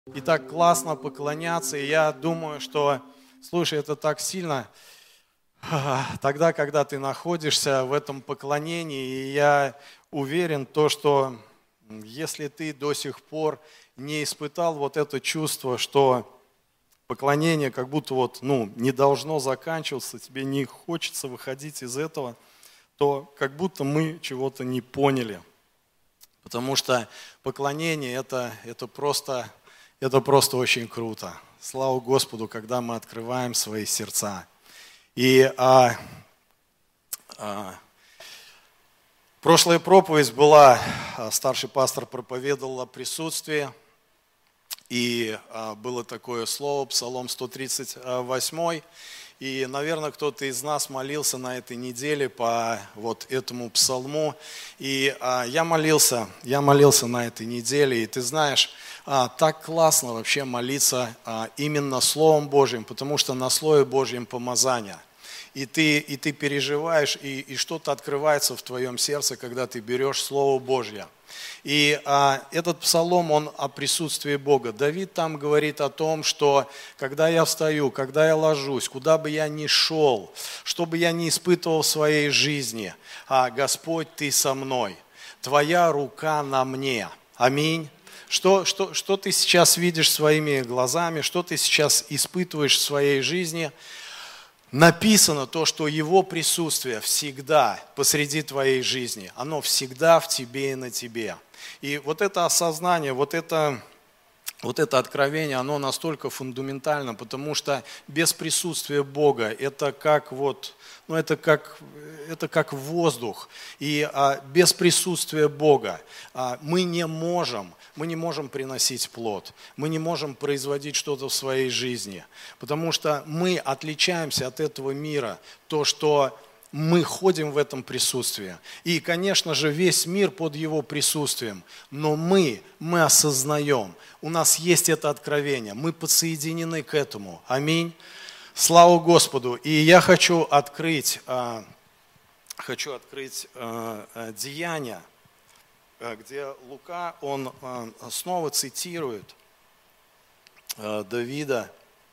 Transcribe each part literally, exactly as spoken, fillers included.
И так классно поклоняться. И я думаю, что, слушай, это так сильно тогда, когда ты находишься в этом поклонении. И я уверен, то, что если ты до сих пор не испытал вот это чувство, что поклонение как будто вот, ну, не должно заканчиваться, тебе не хочется выходить из этого, то как будто мы чего-то не поняли. Потому что поклонение это, это, просто, это просто очень круто. Слава Господу, когда мы открываем свои сердца. И а, а, прошлая проповедь была, старший пастор проповедовал о присутствии. И а, было такое слово, Псалом сто тридцать восемь. И, наверное, кто-то из нас молился на этой неделе по вот этому псалму. И а, я молился, я молился на этой неделе. И ты знаешь, а, так классно вообще молиться а, именно Словом Божьим, потому что на Слове Божьем помазание. И ты, и ты переживаешь, и, и что-то открывается в твоем сердце, когда ты берешь Слово Божье. И а, этот псалом, он о присутствии Бога. Давид там говорит о том, что когда я встаю, когда я ложусь, куда бы я ни шел, что бы я ни испытывал в своей жизни, а, Господь, Ты со мной, Твоя рука на мне. Аминь. Что, что, что ты сейчас видишь своими глазами, что ты сейчас испытываешь в своей жизни? Написано то, что Его присутствие всегда посреди твоей жизни, оно всегда в тебе и на тебе. И вот это осознание, вот это, вот это откровение, оно настолько фундаментально, потому что без присутствия Бога это как вот, ну это как, это как воздух. И а, без присутствия Бога а, мы не можем, мы не можем приносить плод, мы не можем производить что-то в своей жизни, потому что мы отличаемся от этого мира, то, что мы ходим в этом присутствии. И, конечно же, весь мир под его присутствием, но мы, мы осознаем, у нас есть это откровение, мы подсоединены к этому. Аминь. Слава Господу. И я хочу открыть, хочу открыть Деяния, где Лука, он снова цитирует Давида.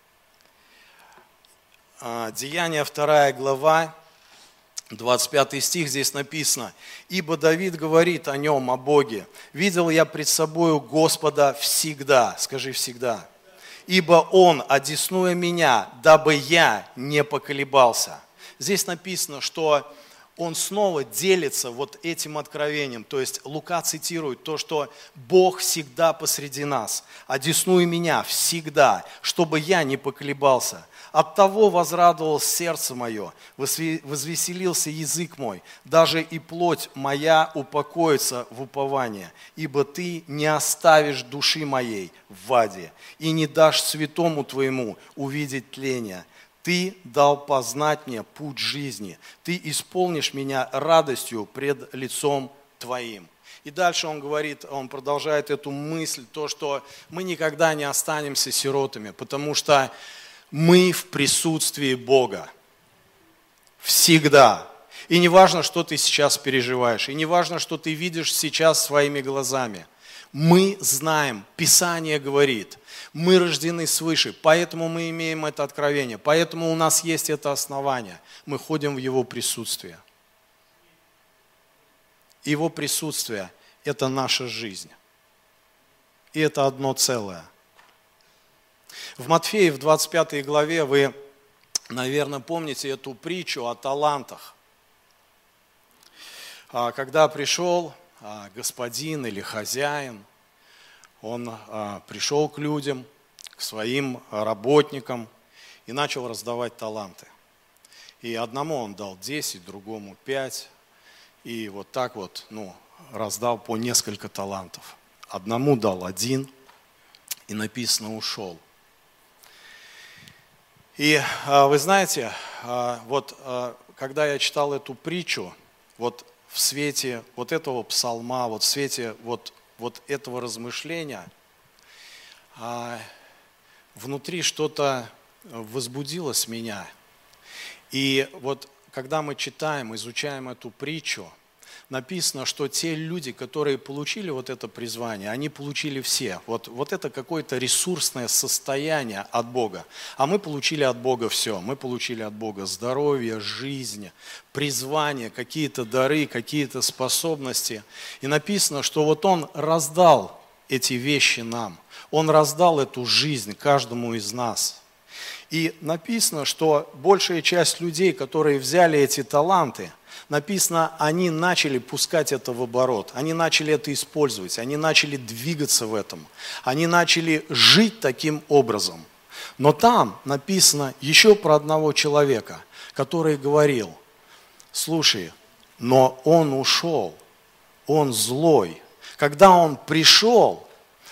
Деяния вторая глава, двадцать пятый стих, здесь написано: «Ибо Давид говорит о нем, о Боге, видел я пред собою Господа всегда». Скажи «всегда». «Ибо Он, одесную меня, дабы я не поколебался». Здесь написано, что он снова делится вот этим откровением. То есть Лука цитирует то, что Бог всегда посреди нас. «Одесную меня всегда, чтобы я не поколебался. Оттого возрадовалось сердце мое, возвеселился язык мой, даже и плоть моя упокоится в уповании, ибо ты не оставишь души моей в аде и не дашь святому твоему увидеть тление. Ты дал познать мне путь жизни, ты исполнишь меня радостью пред лицом твоим». И дальше он говорит, он продолжает эту мысль, то, что мы никогда не останемся сиротами, потому что мы в присутствии Бога. Всегда. И не важно, что ты сейчас переживаешь, и не важно, что ты видишь сейчас своими глазами. Мы знаем, Писание говорит, мы рождены свыше, поэтому мы имеем это откровение, поэтому у нас есть это основание. Мы ходим в Его присутствие. Его присутствие – это наша жизнь. И это одно целое. В Матфея, в двадцать пятой главе, вы, наверное, помните эту притчу о талантах. Когда пришел господин или хозяин, он пришел к людям, к своим работникам и начал раздавать таланты. И одному он дал десять, другому пять, и вот так вот, ну, раздал по несколько талантов. Одному дал один, и написано, ушел. И вы знаете, вот когда я читал эту притчу, вот в свете вот этого псалма, вот в свете вот, вот этого размышления, внутри что-то возбудилось меня. И вот когда мы читаем, изучаем эту притчу, написано, что те люди, которые получили вот это призвание, они получили все. Вот, вот это какое-то ресурсное состояние от Бога. А мы получили от Бога все. Мы получили от Бога здоровье, жизнь, призвание, какие-то дары, какие-то способности. И написано, что вот Он раздал эти вещи нам. Он раздал эту жизнь каждому из нас. И написано, что большая часть людей, которые взяли эти таланты, написано, они начали пускать это в оборот, они начали это использовать, они начали двигаться в этом, они начали жить таким образом. Но там написано еще про одного человека, который говорил: слушай, но он ушел, он злой. Когда он пришел,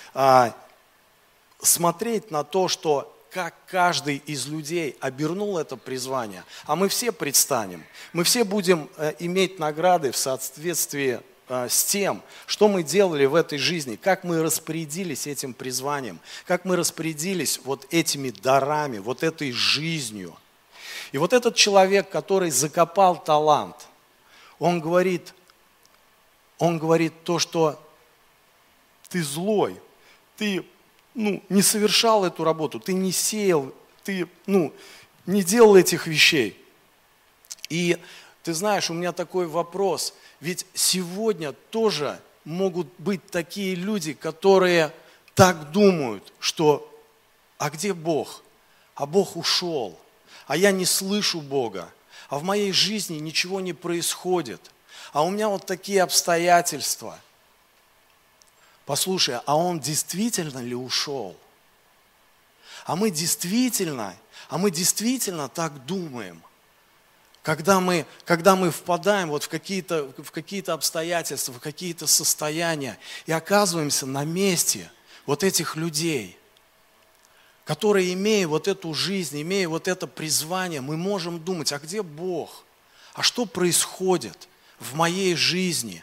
смотреть на то, что как каждый из людей обернул это призвание, а мы все предстанем, мы все будем иметь награды в соответствии с тем, что мы делали в этой жизни, как мы распорядились этим призванием, как мы распорядились вот этими дарами, вот этой жизнью. И вот этот человек, который закопал талант, он говорит, он говорит то, что ты злой, ты ну, не совершал эту работу, ты не сеял, ты ну, не делал этих вещей. И ты знаешь, у меня такой вопрос, ведь сегодня тоже могут быть такие люди, которые так думают, что а где Бог? А Бог ушел, а я не слышу Бога, а в моей жизни ничего не происходит, а у меня вот такие обстоятельства. Послушай, а он действительно ли ушел? А мы действительно, а мы действительно так думаем, когда мы, когда мы впадаем вот в какие-то, в какие-то обстоятельства, в какие-то состояния и оказываемся на месте вот этих людей, которые, имея вот эту жизнь, имея вот это призвание, мы можем думать, а где Бог? А что происходит в моей жизни?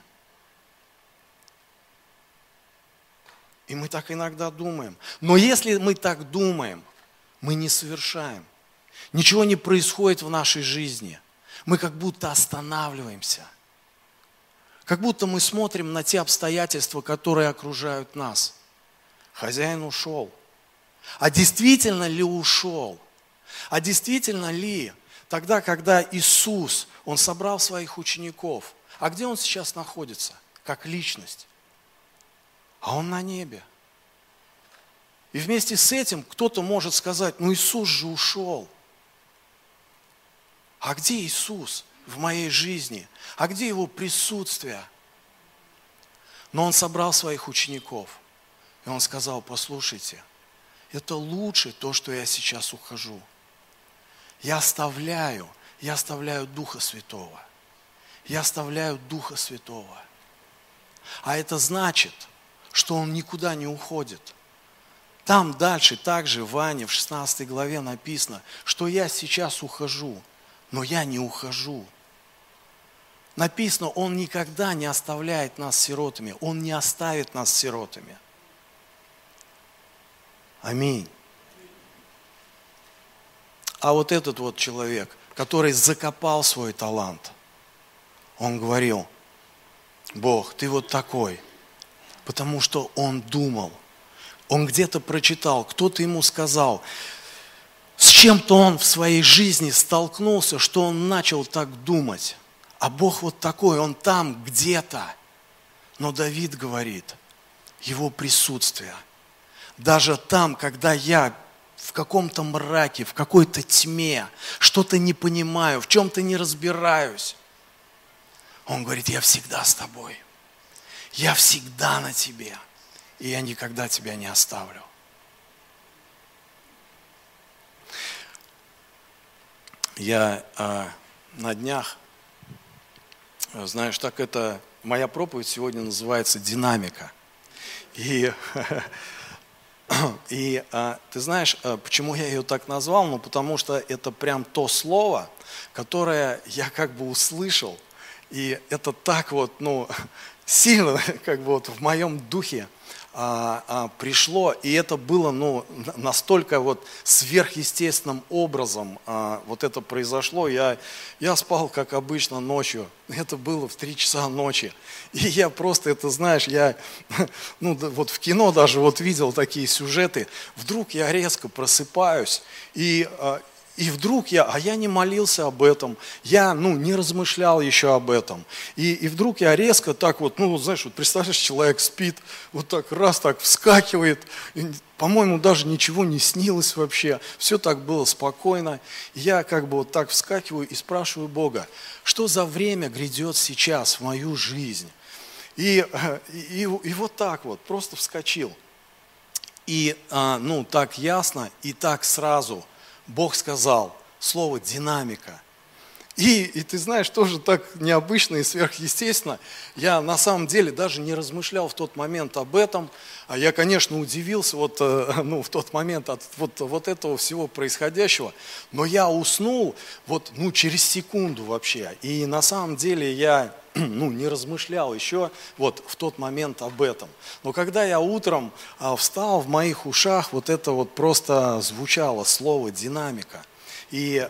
И мы так иногда думаем. Но если мы так думаем, мы не совершаем. Ничего не происходит в нашей жизни. Мы как будто останавливаемся. Как будто мы смотрим на те обстоятельства, которые окружают нас. Хозяин ушел. А действительно ли ушел? А действительно ли тогда, когда Иисус, Он собрал своих учеников, а где Он сейчас находится, как личность? А Он на небе. И вместе с этим кто-то может сказать, ну Иисус же ушел. А где Иисус в моей жизни? А где Его присутствие? Но Он собрал своих учеников. И Он сказал, послушайте, это лучше то, что я сейчас ухожу. Я оставляю, я оставляю Духа Святого. Я оставляю Духа Святого. А это значит, что Он никуда не уходит. Там дальше также в Иоанне в шестнадцатой главе написано, что я сейчас ухожу, но я не ухожу. Написано, Он никогда не оставляет нас сиротами, Он не оставит нас сиротами. Аминь. А вот этот вот человек, который закопал свой талант, он говорил, Бог, Ты вот такой. Потому что он думал, он где-то прочитал, кто-то ему сказал, с чем-то он в своей жизни столкнулся, что он начал так думать. А Бог вот такой, Он там где-то. Но Давид говорит, Его присутствие, даже там, когда я в каком-то мраке, в какой-то тьме, что-то не понимаю, в чем-то не разбираюсь, Он говорит, я всегда с тобой. Я всегда на тебе, и я никогда тебя не оставлю. Я э, на днях, знаешь, так это, моя проповедь сегодня называется «Динамика». И, и э, ты знаешь, э, почему я ее так назвал? Ну, потому что это прям то слово, которое я как бы услышал, и это так вот, ну, сильно, как бы вот в моем духе а, а, пришло, и это было ну, настолько вот сверхъестественным образом а, вот это произошло. Я, я спал, как обычно, ночью. Это было в три часа ночи. И я просто, это знаешь, я ну, вот в кино даже вот видел такие сюжеты. Вдруг я резко просыпаюсь, и... И вдруг я, а я не молился об этом, я, ну, не размышлял еще об этом. И, и вдруг я резко так вот, ну, знаешь, вот представляешь, человек спит, вот так раз так вскакивает, и, по-моему, даже ничего не снилось вообще, все так было спокойно. И я как бы вот так вскакиваю и спрашиваю Бога, что за время грядет сейчас в мою жизнь? И, и, и вот так вот, просто вскочил. И, ну, так ясно и так сразу Бог сказал слово «динамика». И, и ты знаешь, тоже так необычно и сверхъестественно. Я на самом деле даже не размышлял в тот момент об этом. А я, конечно, удивился вот, ну, в тот момент от вот, вот этого всего происходящего. Но я уснул вот, ну, через секунду вообще. И на самом деле я ну, не размышлял еще вот в тот момент об этом. Но когда я утром а, встал, в моих ушах вот это вот просто звучало слово «динамика». И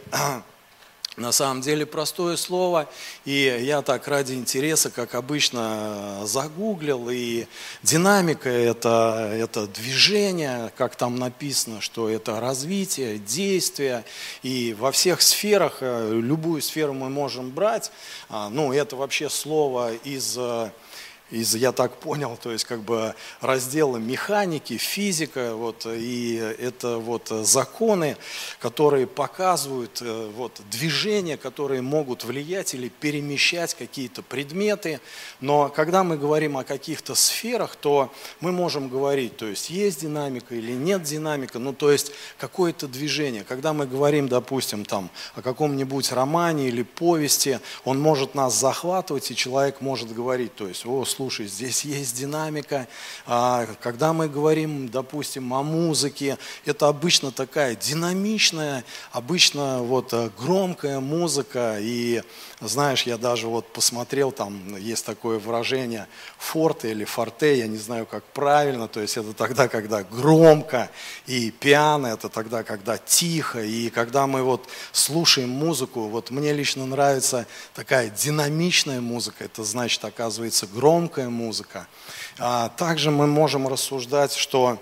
на самом деле простое слово, и я так ради интереса, как обычно, загуглил, и динамика это, это движение, как там написано, что это развитие, действие, и во всех сферах, любую сферу мы можем брать, ну это вообще слово из... из, я так понял, то есть как бы разделы механики, физика, вот, и это вот законы, которые показывают вот, движения, которые могут влиять или перемещать какие-то предметы. Но когда мы говорим о каких-то сферах, то мы можем говорить, то есть есть динамика или нет динамика, ну то есть какое-то движение. Когда мы говорим, допустим, там, о каком-нибудь романе или повести, он может нас захватывать, и человек может говорить, то есть, о, слушай, здесь есть динамика. Когда мы говорим, допустим, о музыке, это обычно такая динамичная, обычно вот громкая музыка. И знаешь, я даже вот посмотрел, там есть такое выражение форте или форте, я не знаю, как правильно, то есть это тогда, когда громко, и пиано это тогда, когда тихо, и когда мы вот слушаем музыку, вот мне лично нравится такая динамичная музыка, это значит, оказывается, громкая музыка. А также мы можем рассуждать, что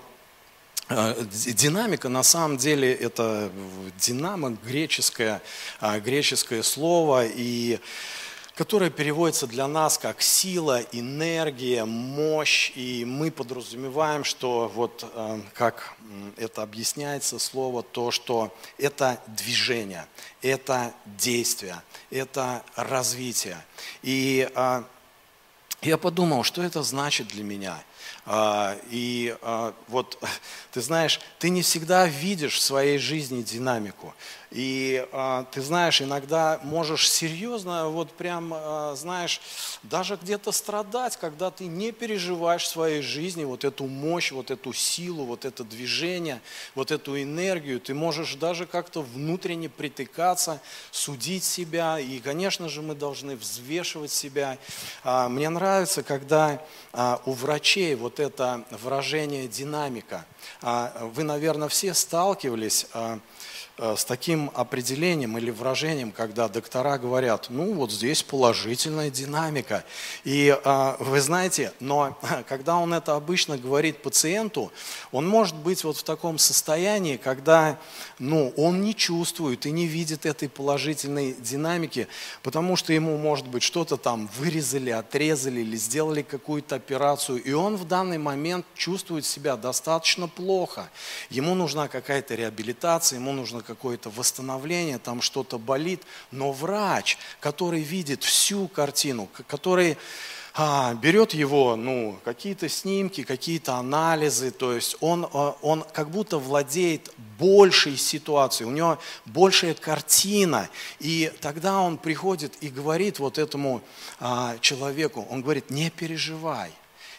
динамика на самом деле это динамо, греческое, греческое слово, и которое переводится для нас как сила, энергия, мощь. И мы подразумеваем, что вот как это объясняется слово, то, что это движение, это действие, это развитие. И я подумал, что это значит для меня. И вот, ты знаешь, ты не всегда видишь в своей жизни динамику. И ты знаешь, иногда можешь серьезно, вот прям, знаешь, даже где-то страдать, когда ты не переживаешь в своей жизни вот эту мощь, вот эту силу, вот это движение, вот эту энергию. Ты можешь даже как-то внутренне притыкаться, судить себя. И, конечно же, мы должны взвешивать себя. Мне нравится, когда у врачей вот это выражение «динамика». Вы, наверное, все сталкивались с таким определением или выражением, когда доктора говорят, ну вот здесь положительная динамика. И вы знаете, но когда он это обычно говорит пациенту, он может быть вот в таком состоянии, когда ну, он не чувствует и не видит этой положительной динамики, потому что ему, может быть, что-то там вырезали, отрезали или сделали какую-то операцию, и он в данный момент чувствует себя достаточно плохо. Ему нужна какая-то реабилитация, ему нужно какое-то восстановление, там что-то болит, но врач, который видит всю картину, который а, берет его, ну, какие-то снимки, какие-то анализы, то есть он, он как будто владеет большей ситуацией, у него большая картина, и тогда он приходит и говорит вот этому а, человеку, он говорит, не переживай,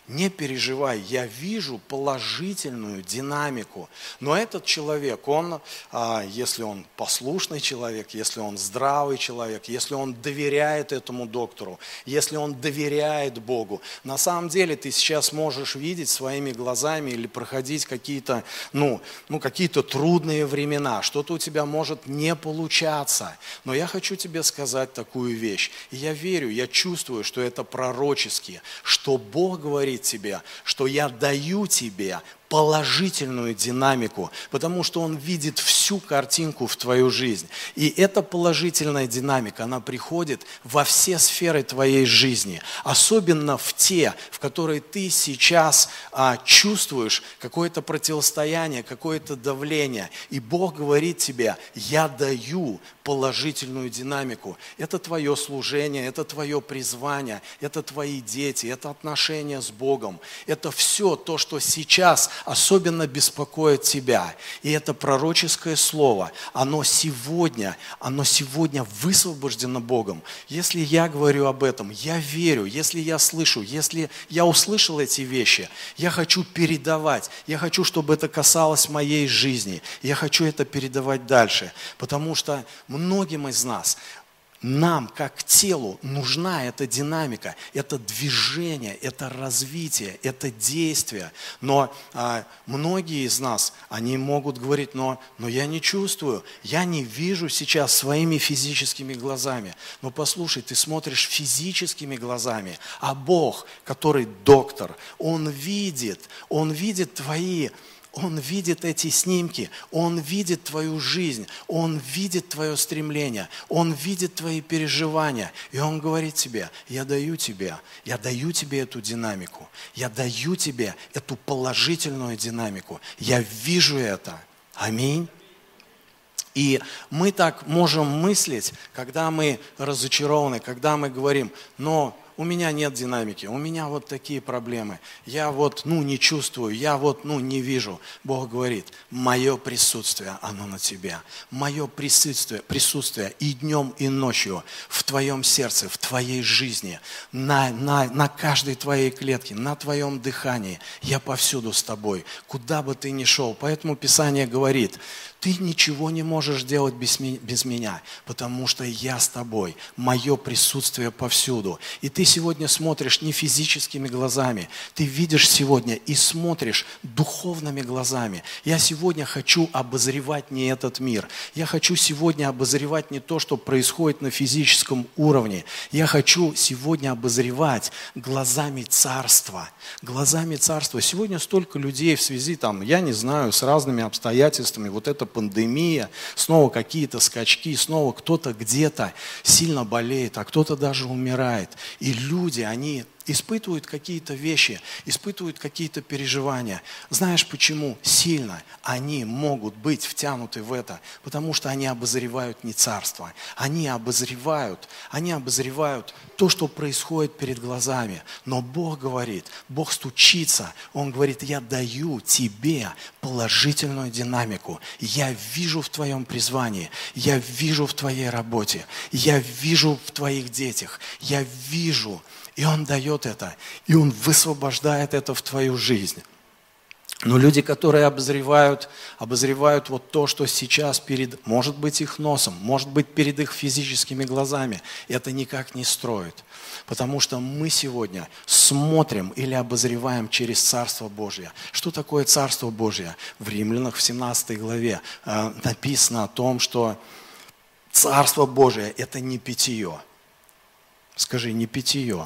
не переживай, я вижу положительную динамику. Но этот человек, он, если он послушный человек, если он здравый человек, если он доверяет этому доктору, если он доверяет Богу, на самом деле ты сейчас можешь видеть своими глазами или проходить какие-то, ну, ну, какие-то трудные времена, что-то у тебя может не получаться. Но я хочу тебе сказать такую вещь. И я верю, я чувствую, что это пророчески, что Бог говорит тебе, что я даю тебе положительную динамику, потому что Он видит всю картинку в твою жизнь. И эта положительная динамика, она приходит во все сферы твоей жизни, особенно в те, в которые ты сейчас а, чувствуешь какое-то противостояние, какое-то давление. И Бог говорит тебе, я даю положительную динамику. Это твое служение, это твое призвание, это твои дети, это отношения с Богом. Это все то, что сейчас особенно беспокоит тебя. И это пророческое слово, оно сегодня, оно сегодня высвобождено Богом. Если я говорю об этом, я верю, если я слышу, если я услышал эти вещи, я хочу передавать, я хочу, чтобы это касалось моей жизни, я хочу это передавать дальше, потому что многим из нас, нам, как телу, нужна эта динамика, это движение, это развитие, это действие. Но а, многие из нас, они могут говорить, но, но я не чувствую, я не вижу сейчас своими физическими глазами. Но послушай, ты смотришь физическими глазами, а Бог, который доктор, Он видит, Он видит твои... Он видит эти снимки, Он видит твою жизнь, Он видит твое стремление, Он видит твои переживания. И Он говорит тебе, я даю тебе, я даю тебе эту динамику, я даю тебе эту положительную динамику. Я вижу это. Аминь. И мы так можем мыслить, когда мы разочарованы, когда мы говорим, но у меня нет динамики, у меня вот такие проблемы, я вот, ну, не чувствую, я вот, ну, не вижу. Бог говорит, мое присутствие, оно на тебе. Мое присутствие, присутствие и днем, и ночью в твоем сердце, в твоей жизни, на, на, на каждой твоей клетке, на твоем дыхании. Я повсюду с тобой, куда бы ты ни шел. Поэтому Писание говорит, ты ничего не можешь делать без меня, потому что я с тобой, мое присутствие повсюду. И ты сегодня смотришь не физическими глазами, ты видишь сегодня и смотришь духовными глазами. Я сегодня хочу обозревать не этот мир, я хочу сегодня обозревать не то, что происходит на физическом уровне, я хочу сегодня обозревать глазами Царства, глазами Царства. Сегодня столько людей в связи, там, я не знаю, с разными обстоятельствами, вот это пандемия, снова какие-то скачки, снова кто-то где-то сильно болеет, а кто-то даже умирает. И люди, они испытывают какие-то вещи, испытывают какие-то переживания. Знаешь почему? Сильно они могут быть втянуты в это, потому что они обозревают не царство, они обозревают, они обозревают то, что происходит перед глазами. Но Бог говорит, Бог стучится, Он говорит, я даю тебе положительную динамику, я вижу в твоем призвании, я вижу в твоей работе, я вижу в твоих детях, я вижу. И Он дает это, и Он высвобождает это в твою жизнь. Но люди, которые обозревают, обозревают вот то, что сейчас перед, может быть, их носом, может быть, перед их физическими глазами, это никак не строит. Потому что мы сегодня смотрим или обозреваем через Царство Божье. Что такое Царство Божье? В Римлянах в семнадцатой главе э, написано о том, что Царство Божие – это не питье. Скажи, не питье.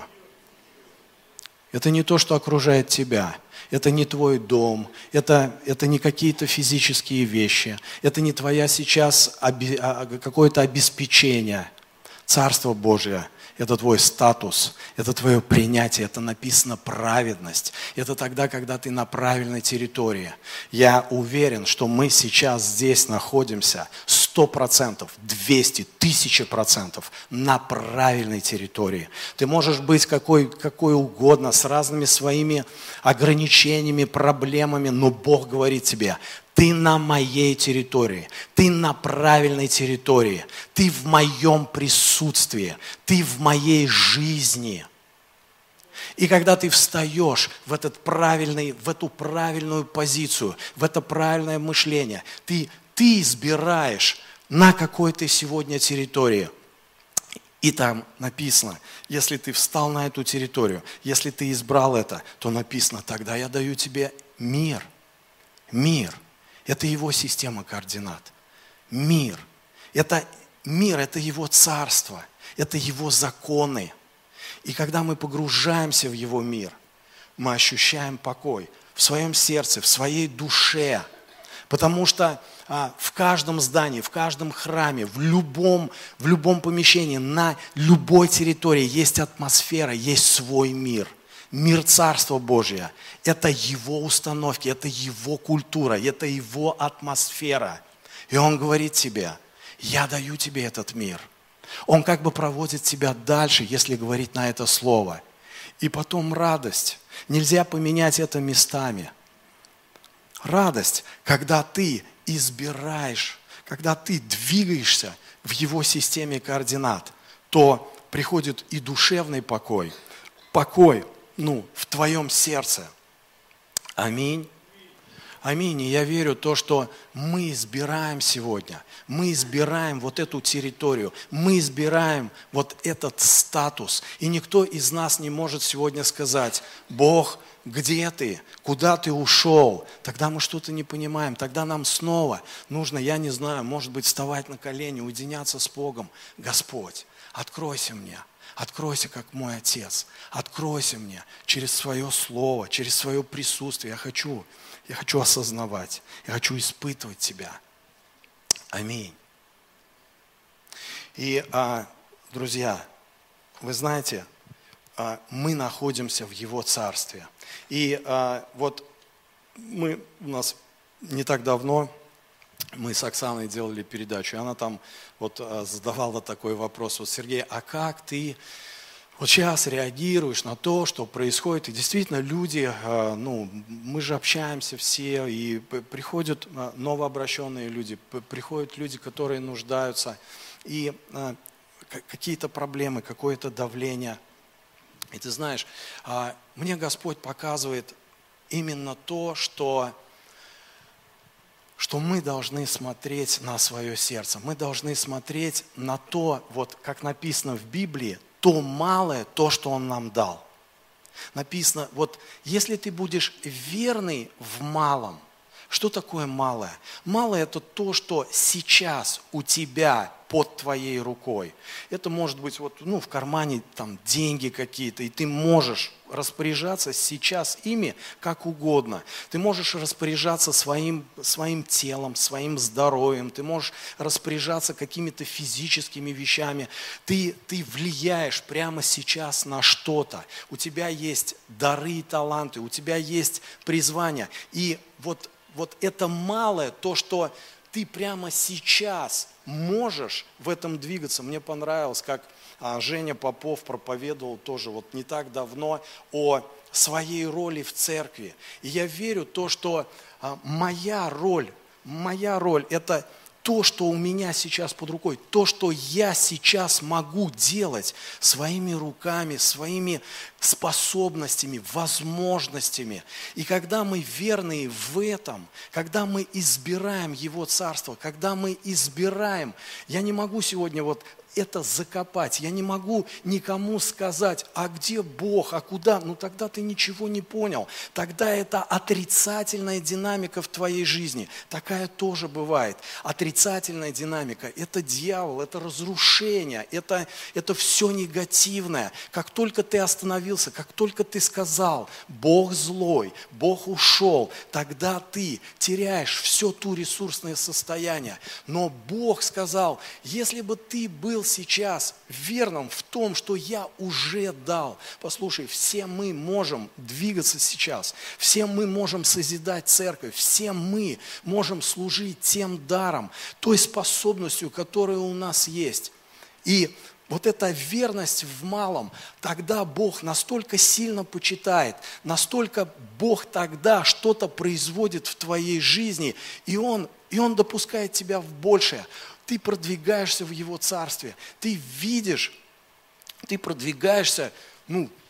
Это не то, что окружает тебя. Это не твой дом. Это, это не какие-то физические вещи. Это не твоя сейчас оби, какое-то обеспечение. Царство Божие – это твой статус, это твое принятие, это написано праведность. Это тогда, когда ты на правильной территории. Я уверен, что мы сейчас здесь находимся сто процентов, двести, тысяча процентов на правильной территории. Ты можешь быть какой, какой угодно, с разными своими ограничениями, проблемами, но Бог говорит тебе, ты на моей территории, ты на правильной территории, ты в моем присутствии, ты в моей жизни. И когда ты встаешь в, этот правильный, в эту правильную позицию, в это правильное мышление, ты, ты избираешь, на какой ты сегодня территории. И там написано, если ты встал на эту территорию, если ты избрал это, то написано, тогда я даю тебе мир. Мир. Это его система координат. Мир. Это мир, это его царство. Это его законы. И когда мы погружаемся в его мир, мы ощущаем покой в своем сердце, в своей душе. Потому что а, в каждом здании, в каждом храме, в любом, в любом помещении, на любой территории есть атмосфера, есть свой мир. Мир Царства Божия. Это его установки, это его культура, это его атмосфера. И он говорит тебе, я даю тебе этот мир. Он как бы проводит тебя дальше, если говорить на это слово. И потом радость. Нельзя поменять это местами. Радость, когда ты избираешь, когда ты двигаешься в его системе координат, то приходит и душевный покой, покой, ну, в твоем сердце. Аминь. Аминь. И я верю в то, что мы избираем сегодня, мы избираем вот эту территорию, мы избираем вот этот статус. И никто из нас не может сегодня сказать, Бог, где ты? Куда ты ушел? Тогда мы что-то не понимаем. Тогда нам снова нужно, я не знаю, может быть, вставать на колени, уединяться с Богом. Господь, откройся мне. Откройся, как мой Отец. Откройся мне через свое слово, через свое присутствие. Я хочу, я хочу осознавать, я хочу испытывать Тебя. Аминь. И, а, друзья, вы знаете, а, мы находимся в Его Царстве. И а, вот мы, у нас не так давно, мы с Оксаной делали передачу, и она там вот задавала такой вопрос, вот, Сергей, а как ты вот сейчас реагируешь на то, что происходит? И действительно люди, ну, мы же общаемся все, и приходят новообращенные люди, приходят люди, которые нуждаются, и какие-то проблемы, какое-то давление. И ты знаешь, мне Господь показывает именно то, что... что мы должны смотреть на свое сердце. Мы должны смотреть на то, вот как написано в Библии, то малое, то, что Он нам дал. Написано, вот если ты будешь верный в малом, что такое малое? Малое – это то, что сейчас у тебя под твоей рукой. Это может быть вот, ну, в кармане там, деньги какие-то, и ты можешь распоряжаться сейчас ими как угодно. Ты можешь распоряжаться своим, своим телом, своим здоровьем, ты можешь распоряжаться какими-то физическими вещами. Ты, ты влияешь прямо сейчас на что-то. У тебя есть дары и таланты, у тебя есть призвание. И вот Вот это малое, то, что ты прямо сейчас можешь в этом двигаться. Мне понравилось, как Женя Попов проповедовал тоже вот не так давно о своей роли в церкви. И я верю в то, что моя роль, моя роль – это то, что у меня сейчас под рукой, то, что я сейчас могу делать своими руками, своими способностями, возможностями. И когда мы верные в этом, когда мы избираем Его Царство, когда мы избираем, я не могу сегодня вот это закопать, я не могу никому сказать, а где Бог, а куда, ну тогда ты ничего не понял. Тогда это отрицательная динамика в твоей жизни. Такая тоже бывает. Отрицательная динамика – это дьявол, это разрушение, это, это все негативное. Как только ты остановился, как только ты сказал, Бог злой, Бог ушел, тогда ты теряешь все то ресурсное состояние. Но Бог сказал, если бы ты был сейчас верным в том, что я уже дал. Послушай, все мы можем двигаться сейчас, все мы можем созидать церковь, все мы можем служить тем даром, той способностью, которая у нас есть. И вот эта верность в малом, тогда Бог настолько сильно почитает, настолько Бог тогда что-то производит в твоей жизни, и Он, и Он допускает тебя в большее. Ты продвигаешься в Его Царстве, ты видишь, ты продвигаешься, ну,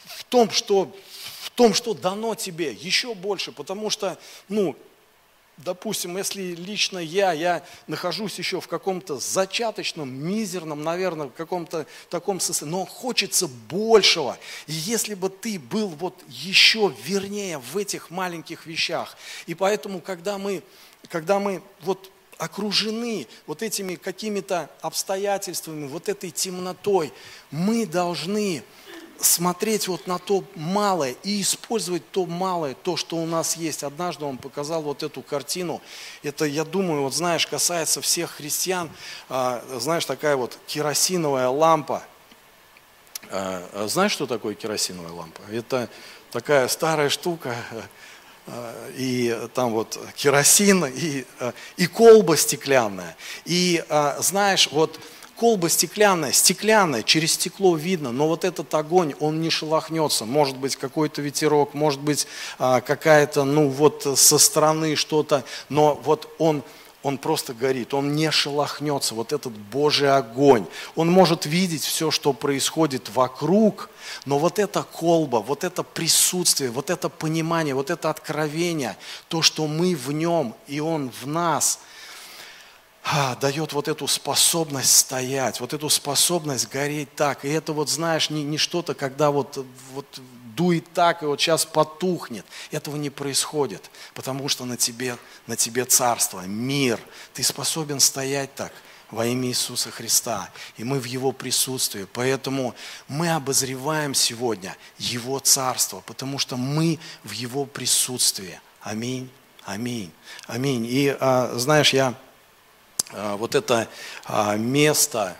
в том, что, в том, что дано тебе, еще больше, потому что, ну, допустим, если лично я, я нахожусь еще в каком-то зачаточном, мизерном, наверное, в каком-то таком состоянии, но хочется большего. И если бы ты был вот еще вернее в этих маленьких вещах, и поэтому, когда мы, когда мы вот окружены вот этими какими-то обстоятельствами, вот этой темнотой, мы должны смотреть вот на то малое и использовать то малое, то, что у нас есть. Однажды он показал вот эту картину. Это, я думаю, вот знаешь, касается всех христиан. А, знаешь, такая вот керосиновая лампа. А, знаешь, что такое керосиновая лампа? Это такая старая штука. И там вот керосин, и, и колба стеклянная. И знаешь, вот колба стеклянная, стеклянная, через стекло видно, но вот этот огонь, он не шелохнется. Может быть какой-то ветерок, может быть какая-то, ну вот со стороны что-то, но вот он, он просто горит, он не шелохнется. Вот этот Божий огонь, он может видеть все, что происходит вокруг, но вот эта колба, вот это присутствие, вот это понимание, вот это откровение, то, что мы в нем и он в нас, дает вот эту способность стоять, вот эту способность гореть так. И это вот, знаешь, не, не что-то, когда вот, вот дует так, и вот сейчас потухнет. Этого не происходит, потому что на тебе, на тебе царство, мир. Ты способен стоять так во имя Иисуса Христа. И мы в Его присутствии. Поэтому мы обозреваем сегодня Его царство, потому что мы в Его присутствии. Аминь, аминь, аминь. И а, знаешь, я... Вот это место,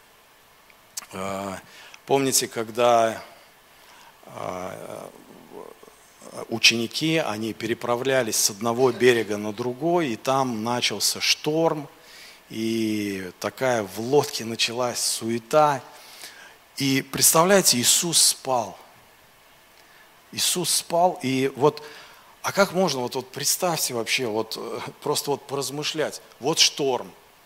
помните, когда ученики, они переправлялись с одного берега на другой, и там начался шторм, и такая в лодке началась суета. И представляете, Иисус спал. Иисус спал, и вот... А как можно, вот, вот представьте вообще, вот просто вот поразмышлять, вот шторм,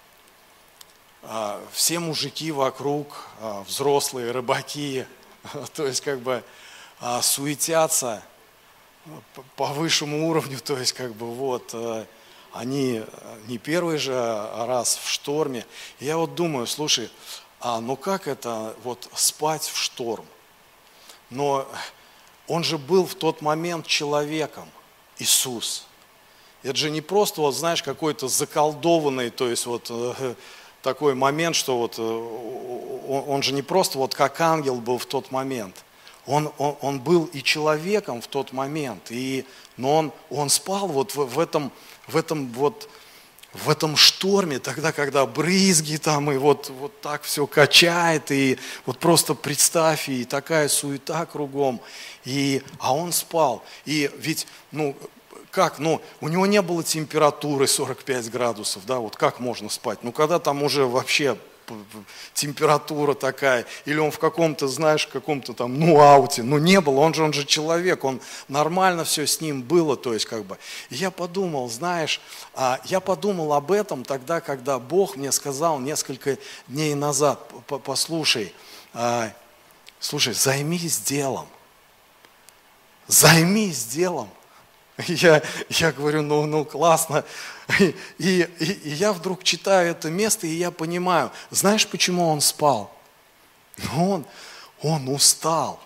все мужики вокруг, взрослые, рыбаки, то есть как бы суетятся по высшему уровню, то есть как бы вот они не первый же раз в шторме. И я вот думаю, слушай, а ну как это вот спать в шторм? Но он же был в тот момент человеком, Иисус. Это же не просто, вот знаешь, какой-то заколдованный, то есть вот такой момент, что вот он же не просто вот как ангел был в тот момент. Он, он, он был и человеком в тот момент, и, но он, он спал вот в, в, этом, в, этом, вот, в этом шторме, тогда, когда брызги там, и вот, вот так все качает, и вот просто представь, и такая суета кругом, и, а он спал. И ведь, ну, как, ну, у него не было температуры сорок пять градусов, да, вот как можно спать? Ну, когда там уже вообще температура такая, или он в каком-то, знаешь, каком-то там, ну, ауте, ну, не было, он же, он же человек, он нормально все с ним было, то есть, как бы. И я подумал, знаешь, я подумал об этом тогда, когда Бог мне сказал несколько дней назад, послушай, слушай, займись делом, займись делом. Я, я говорю, ну, ну классно. И, и, и я вдруг читаю это место, и я понимаю, знаешь, почему он спал? Он, он устал.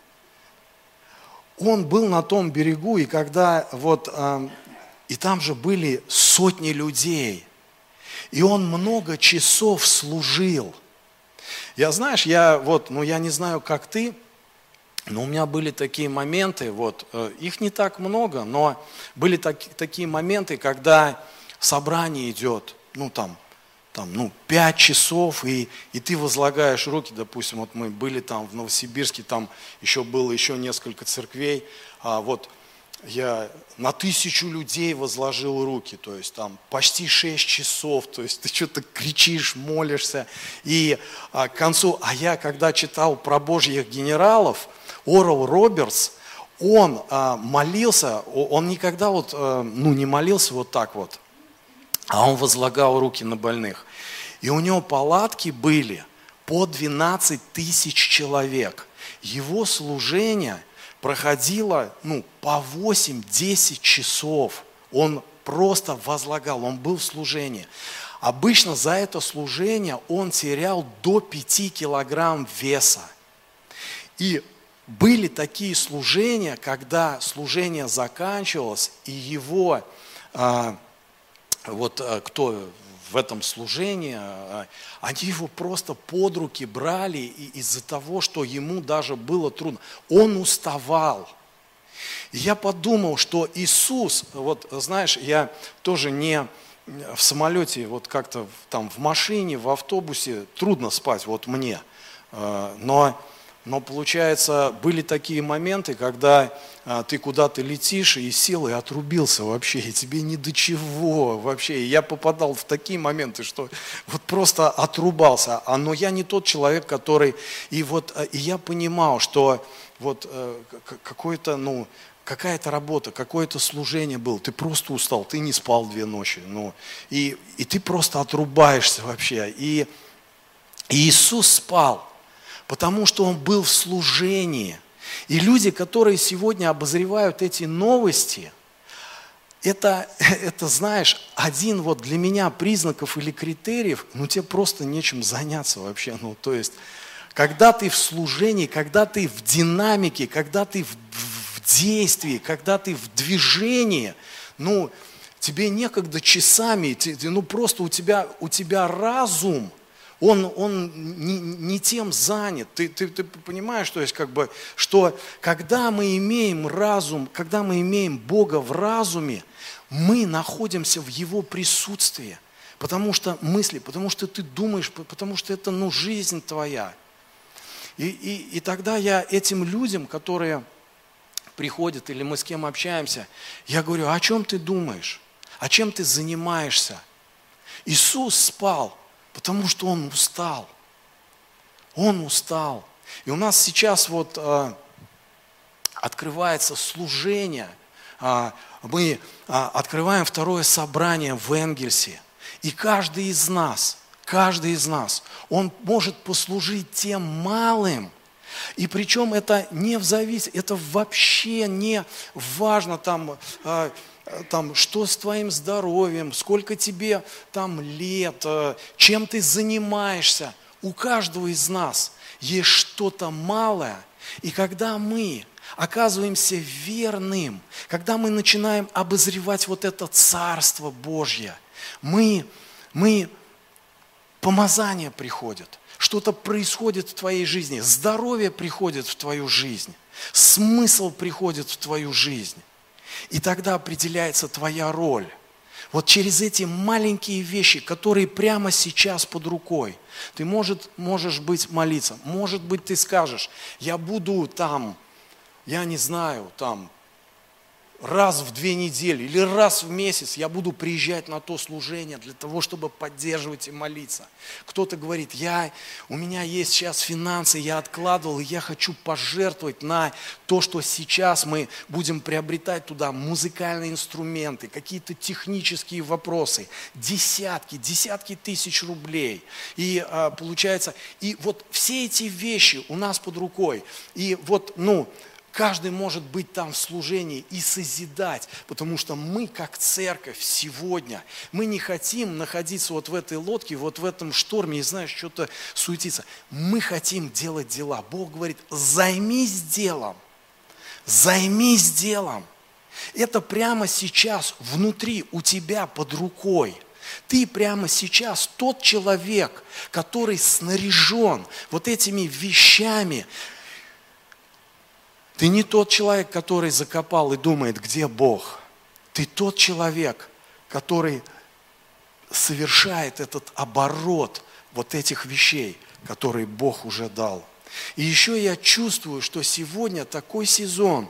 Он был на том берегу, и когда вот, э, и там же были сотни людей, и он много часов служил. Я, знаешь, я вот, ну я не знаю, как ты, но у меня были такие моменты, вот, их не так много, но были так, такие моменты, когда собрание идет, ну там, там, ну, пять часов, и, и ты возлагаешь руки, допустим, вот мы были там в Новосибирске, там еще было еще несколько церквей, а вот я на тысячу людей возложил руки, то есть там почти шесть часов, то есть ты что-то кричишь, молишься, и а, к концу, а я когда читал про Божьих генералов, Орал Робертс, он а, молился, он никогда вот, а, ну, не молился вот так вот, а он возлагал руки на больных. И у него палатки были по двенадцать тысяч человек. Его служение проходило ну, по восемь-десять часов. Он просто возлагал, он был в служении. Обычно за это служение он терял до пяти килограмм веса. И были такие служения, когда служение заканчивалось, и его, а, вот а, кто в этом служении, а, они его просто под руки брали и, из-за того, что ему даже было трудно. Он уставал. И я подумал, что Иисус, вот знаешь, я тоже не в самолете, вот как-то там в машине, в автобусе трудно спать, вот мне, но... Но получается, были такие моменты, когда а, ты куда-то летишь и сел и отрубился вообще, и тебе ни до чего вообще. И я попадал в такие моменты, что вот просто отрубался. А, но я не тот человек, который... И вот и я понимал, что вот а, какой-то, ну, какая-то работа, какое-то служение было. Ты просто устал, ты не спал две ночи. Ну, и, и ты просто отрубаешься вообще. И, и Иисус спал. Потому что он был в служении. И люди, которые сегодня обозревают эти новости, это, это, знаешь, один вот для меня признаков или критериев, ну тебе просто нечем заняться вообще. Ну, то есть, когда ты в служении, когда ты в динамике, когда ты в, в действии, когда ты в движении, ну, тебе некогда часами, ну просто у тебя, у тебя разум, Он, он не, не тем занят. Ты, ты, ты понимаешь, то есть, как бы, что когда мы имеем разум, когда мы имеем Бога в разуме, мы находимся в Его присутствии. Потому что мысли, потому что ты думаешь, потому что это ну, жизнь твоя. И, и, и тогда я этим людям, которые приходят или мы с кем общаемся, я говорю, о чем ты думаешь? О чем ты занимаешься? Иисус спал. Потому что Он устал. Он устал. И у нас сейчас вот э, открывается служение. Э, мы э, открываем второе собрание в Энгельсе. И каждый из нас, каждый из нас, он может послужить тем малым. И причем это не в зависимости, это вообще не важно там... Э, Там, что с твоим здоровьем, сколько тебе там лет, чем ты занимаешься. У каждого из нас есть что-то малое. И когда мы оказываемся верным, когда мы начинаем обозревать вот это Царство Божье, мы, мы, помазание приходит, что-то происходит в твоей жизни, здоровье приходит в твою жизнь, смысл приходит в твою жизнь. И тогда определяется твоя роль. Вот через эти маленькие вещи, которые прямо сейчас под рукой. Ты может, можешь быть молиться. Может быть, ты скажешь, я буду там, я не знаю, там, раз в две недели или раз в месяц я буду приезжать на то служение для того, чтобы поддерживать и молиться. Кто-то говорит, я, у меня есть сейчас финансы, я откладывал, и я хочу пожертвовать на то, что сейчас мы будем приобретать туда музыкальные инструменты, какие-то технические вопросы, десятки, десятки тысяч рублей. И а, получается, и вот все эти вещи у нас под рукой. И вот, ну, каждый может быть там в служении и созидать, потому что мы, как церковь сегодня, мы не хотим находиться вот в этой лодке, вот в этом шторме, и знаешь, что-то суетиться. Мы хотим делать дела. Бог говорит, займись делом, займись делом. Это прямо сейчас внутри у тебя под рукой. Ты прямо сейчас тот человек, который снаряжен вот этими вещами. Ты не тот человек, который закопал и думает, где Бог. Ты тот человек, который совершает этот оборот вот этих вещей, которые Бог уже дал. И еще я чувствую, что сегодня такой сезон.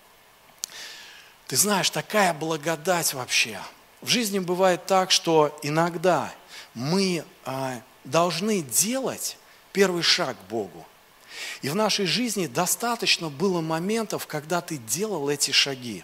Ты знаешь, такая благодать вообще. В жизни бывает так, что иногда мы а, должны делать первый шаг к Богу. И в нашей жизни достаточно было моментов, когда ты делал эти шаги.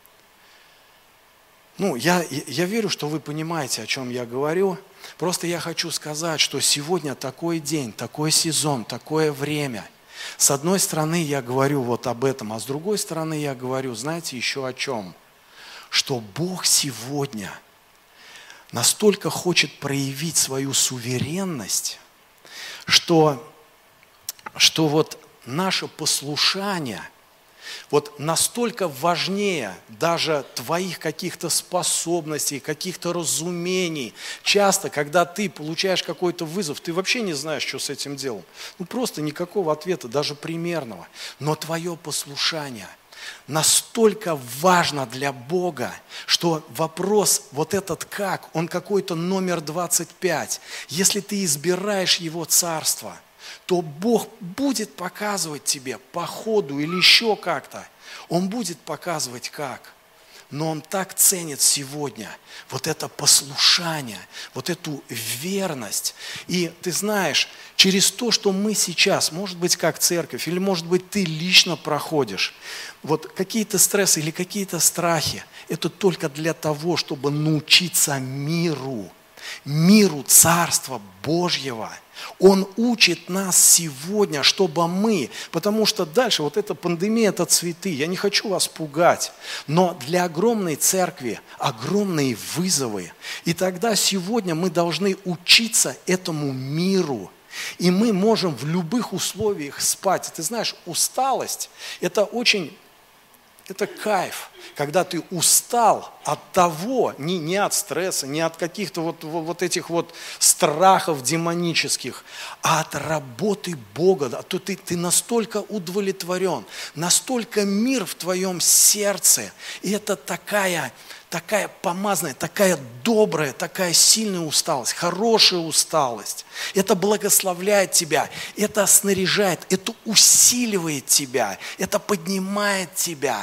Ну, я, я верю, что вы понимаете, о чем я говорю. Просто я хочу сказать, что сегодня такой день, такой сезон, такое время, С одной стороны, я говорю вот об этом, а с другой стороны, я говорю, знаете, еще о чем? Что Бог сегодня настолько хочет проявить свою суверенность, что, что вот наше послушание вот настолько важнее даже твоих каких-то способностей, каких-то разумений. Часто, когда ты получаешь какой-то вызов, ты вообще не знаешь, что с этим делом. Ну просто никакого ответа, даже примерного. Но твое послушание настолько важно для Бога, что вопрос вот этот как, он какой-то номер двадцать пять. Если ты избираешь Его Царство, то Бог будет показывать тебе по ходу или еще как-то. Он будет показывать как. Но Он так ценит сегодня вот это послушание, вот эту верность. И ты знаешь, через то, что мы сейчас, может быть, как церковь, или может быть, ты лично проходишь, вот какие-то стрессы или какие-то страхи, это только для того, чтобы научиться миру, миру Царства Божьего. Он учит нас сегодня, чтобы мы, потому что дальше вот эта пандемия, это цветы, я не хочу вас пугать, но для огромной церкви огромные вызовы. И тогда сегодня мы должны учиться этому миру. И мы можем в любых условиях спать. Ты знаешь, усталость – это очень, это кайф, когда ты устал от того, не, не от стресса, не от каких-то вот, вот этих вот страхов демонических, а от работы Бога. А то ты, ты настолько удовлетворен, настолько мир в твоем сердце. И это такая, такая помазанная, такая добрая, такая сильная усталость, хорошая усталость. Это благословляет тебя, это снаряжает, это усиливает тебя, это поднимает тебя.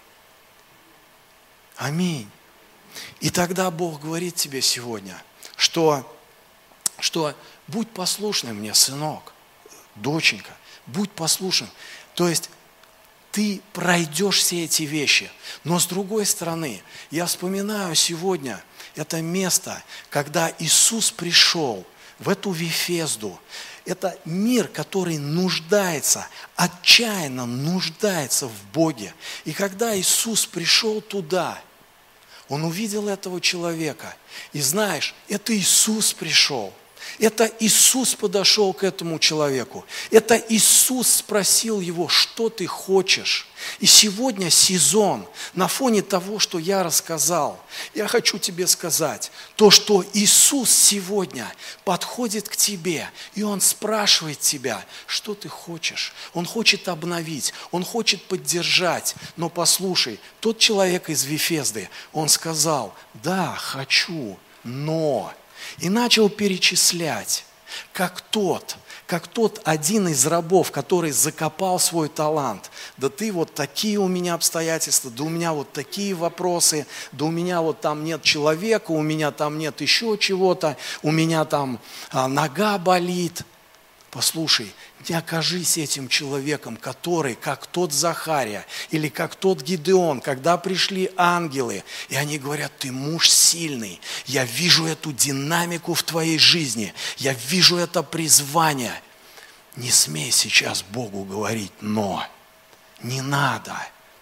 Аминь. И тогда Бог говорит тебе сегодня, что, что будь послушным мне, сынок, доченька, будь послушным. То есть ты пройдешь все эти вещи. Но с другой стороны, я вспоминаю сегодня это место, когда Иисус пришел в эту Вифезду. Это мир, который нуждается, отчаянно нуждается в Боге. И когда Иисус пришел туда, Он увидел этого человека. И знаешь, это Иисус пришел. Это Иисус подошел к этому человеку. Это Иисус спросил его, что ты хочешь. И сегодня сезон, на фоне того, что я рассказал, я хочу тебе сказать, то, что Иисус сегодня подходит к тебе, и Он спрашивает тебя, что ты хочешь. Он хочет обновить, Он хочет поддержать. Но послушай, тот человек из Вифезды, он сказал, да, хочу, но... И начал перечислять, как тот, как тот один из рабов, который закопал свой талант. Да ты вот такие у меня обстоятельства, да у меня вот такие вопросы, да у меня вот там нет человека, у меня там нет еще чего-то, у меня там а, нога болит. Послушай, не окажись этим человеком, который, как тот Захария или как тот Гидеон, когда пришли ангелы, и они говорят, ты муж сильный, я вижу эту динамику в твоей жизни, я вижу это призвание. Не смей сейчас Богу говорить «но». Не надо.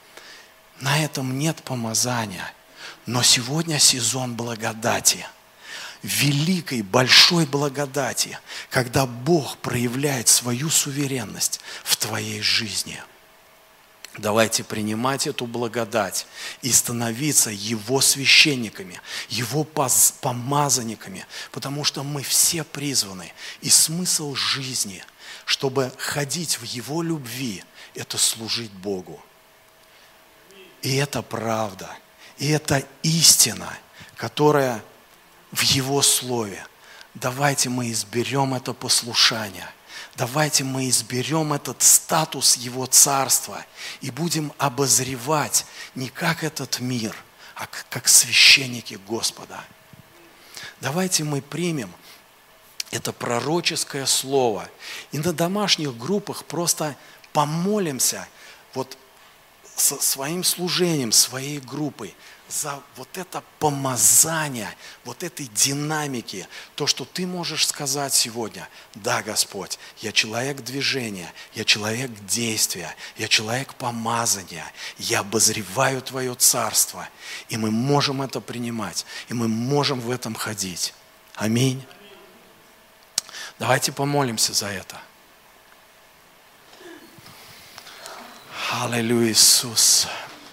На этом нет помазания. Но сегодня сезон благодати. Великой, большой благодати, когда Бог проявляет свою суверенность в твоей жизни. Давайте принимать эту благодать и становиться Его священниками, Его помазанниками, потому что мы все призваны. И смысл жизни, чтобы ходить в Его любви, это служить Богу. И это правда, и это истина, которая в Его Слове. Давайте мы изберем это послушание. Давайте мы изберем этот статус Его Царства и будем обозревать не как этот мир, а как священники Господа. Давайте мы примем это пророческое слово и на домашних группах просто помолимся. Вот со своим служением, своей группой, за вот это помазание, вот этой динамики, то, что ты можешь сказать сегодня: да, Господь, я человек движения, я человек действия, я человек помазания, я обозреваю Твое Царство, и мы можем это принимать, и мы можем в этом ходить. Аминь. Давайте помолимся за это. Аллилуйя, Иисус.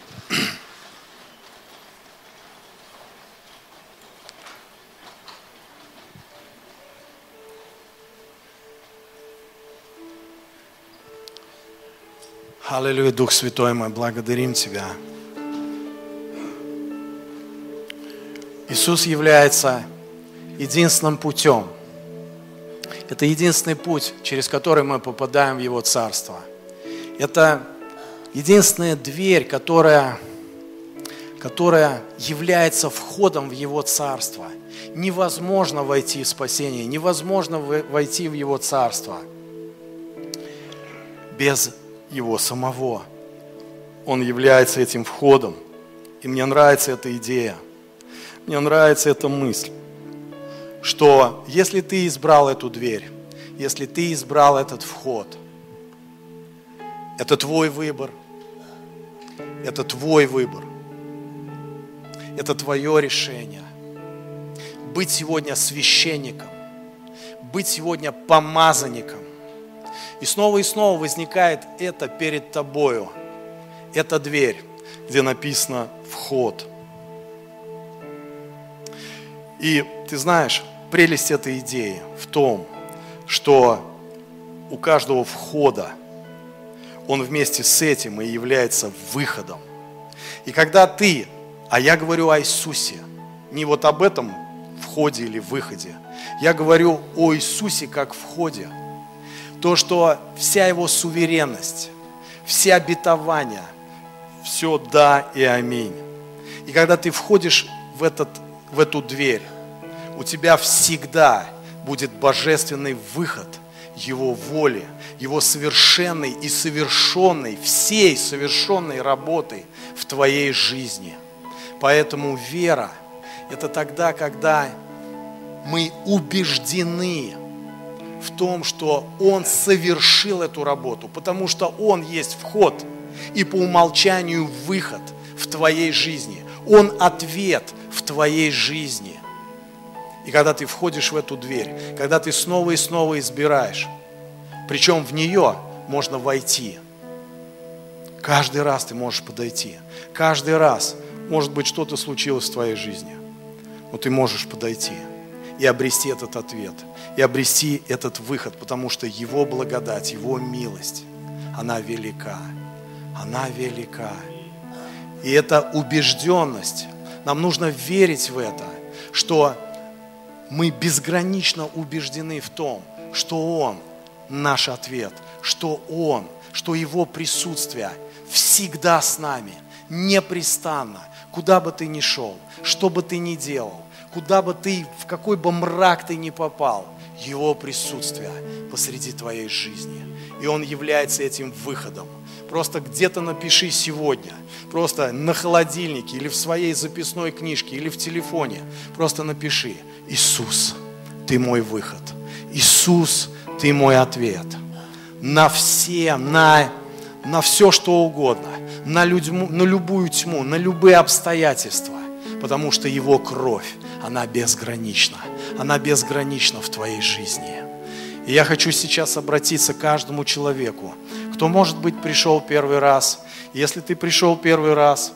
Аллилуйя, Дух Святой, мы благодарим Тебя. Иисус является единственным путем. Это единственный путь, через который мы попадаем в Его Царство. Это единственная дверь, которая, которая является входом в Его Царство. Невозможно войти в спасение, невозможно войти в Его Царство без Его самого. Он является этим входом. И мне нравится эта идея. Мне нравится эта мысль, что если ты избрал эту дверь, если ты избрал этот вход, это твой выбор, это твой выбор, это твое решение. Быть сегодня священником, быть сегодня помазанником. И снова и снова возникает это перед тобою, эта дверь, где написано «вход». И ты знаешь, прелесть этой идеи в том, что у каждого входа он вместе с этим и является выходом. И когда ты, а я говорю о Иисусе, не вот об этом входе или выходе, я говорю о Иисусе как входе, то, что вся Его суверенность, все обетования, все да и аминь. И когда ты входишь в, этот, в эту дверь, у тебя всегда будет божественный выход Его воли, Его совершенной и совершенной, всей совершенной работы в твоей жизни. Поэтому вера – это тогда, когда мы убеждены в том, что Он совершил эту работу, потому что Он есть вход и по умолчанию выход в твоей жизни. Он ответ в твоей жизни. И когда ты входишь в эту дверь, когда ты снова и снова избираешь, причем в нее можно войти. Каждый раз ты можешь подойти. Каждый раз, может быть, что-то случилось в твоей жизни, но ты можешь подойти и обрести этот ответ, и обрести этот выход, потому что Его благодать, Его милость, она велика. Она велика. И это убежденность. Нам нужно верить в это, что мы безгранично убеждены в том, что Он наш ответ, что Он, что Его присутствие всегда с нами, непрестанно, куда бы ты ни шел, что бы ты ни делал, куда бы ты, в какой бы мрак ты ни попал, Его присутствие посреди твоей жизни. И Он является этим выходом. Просто где-то напиши сегодня, просто на холодильнике или в своей записной книжке, или в телефоне, просто напиши: Иисус, Ты мой выход. Иисус, Ты мой ответ. На все, на, на все, что угодно, на, людьму, на любую тьму, на любые обстоятельства, потому что Его кровь, она безгранична. Она безгранична в твоей жизни. И я хочу сейчас обратиться к каждому человеку, кто, может быть, пришел первый раз. Если ты пришел первый раз,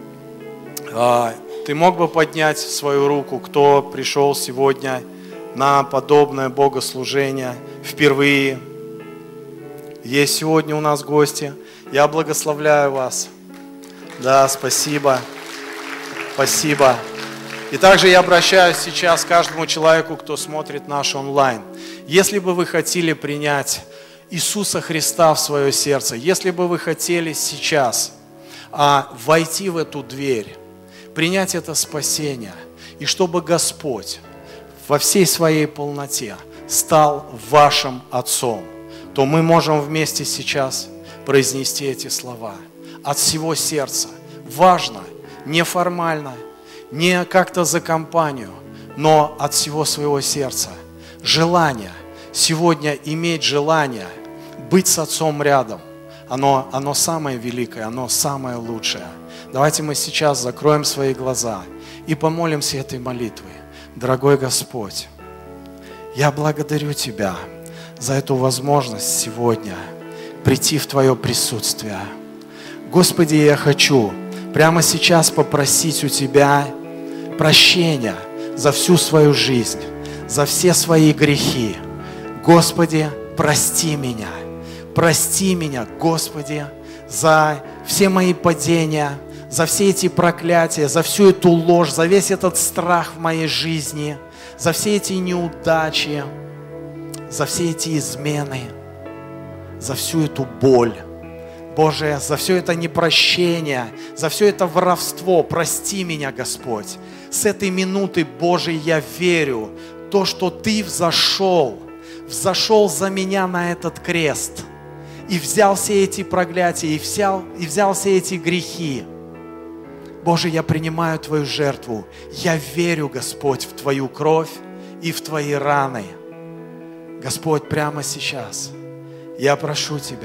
ты мог бы поднять свою руку, кто пришел сегодня на подобное богослужение впервые. Есть сегодня у нас гости. Я благословляю вас. Да, спасибо. Спасибо. И также я обращаюсь сейчас к каждому человеку, кто смотрит наш онлайн. Если бы вы хотели принять Иисуса Христа в свое сердце, если бы вы хотели сейчас а, войти в эту дверь, принять это спасение, и чтобы Господь во всей своей полноте стал вашим Отцом, то мы можем вместе сейчас произнести эти слова. от всего сердца. Важно, неформально, не как-то за компанию, но от всего своего сердца. Желание, сегодня иметь желание быть с Отцом рядом, оно, оно самое великое, оно самое лучшее. Давайте мы сейчас закроем свои глаза и помолимся этой молитвой. Дорогой Господь, я благодарю Тебя за эту возможность сегодня прийти в Твое присутствие. Господи, я хочу прямо сейчас попросить у Тебя прощения за всю свою жизнь, за все свои грехи. Господи, прости меня. Прости меня, Господи, за все мои падения, за все эти проклятия, за всю эту ложь, за весь этот страх в моей жизни, за все эти неудачи, за все эти измены, за всю эту боль. Боже, за все это непрощение, за все это воровство. Прости меня, Господь. С этой минуты, Боже, я верю, то, что Ты взошел, взошел за меня на этот крест и взял все эти проклятия, и взял, и взял все эти грехи. Боже, я принимаю Твою жертву. Я верю, Господь, в Твою кровь и в Твои раны. Господь, прямо сейчас я прошу Тебя,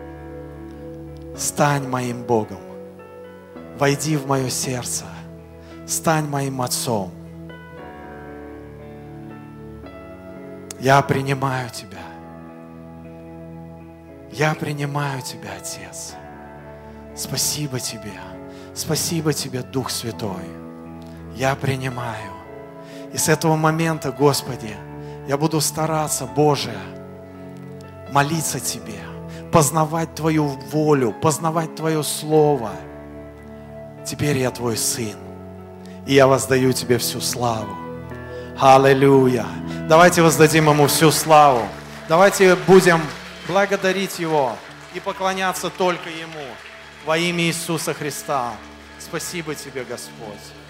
стань моим Богом, войди в мое сердце, стань моим Отцом. Я принимаю Тебя. Я принимаю Тебя, Отец. Спасибо Тебе. Спасибо Тебе, Дух Святой. Я принимаю. И с этого момента, Господи, я буду стараться, Боже, молиться Тебе, познавать Твою волю, познавать Твое Слово. Теперь я Твой Сын, и я воздаю Тебе всю славу. Аллилуйя! Давайте воздадим Ему всю славу. Давайте будем благодарить Его и поклоняться только Ему во имя Иисуса Христа. Спасибо Тебе, Господь.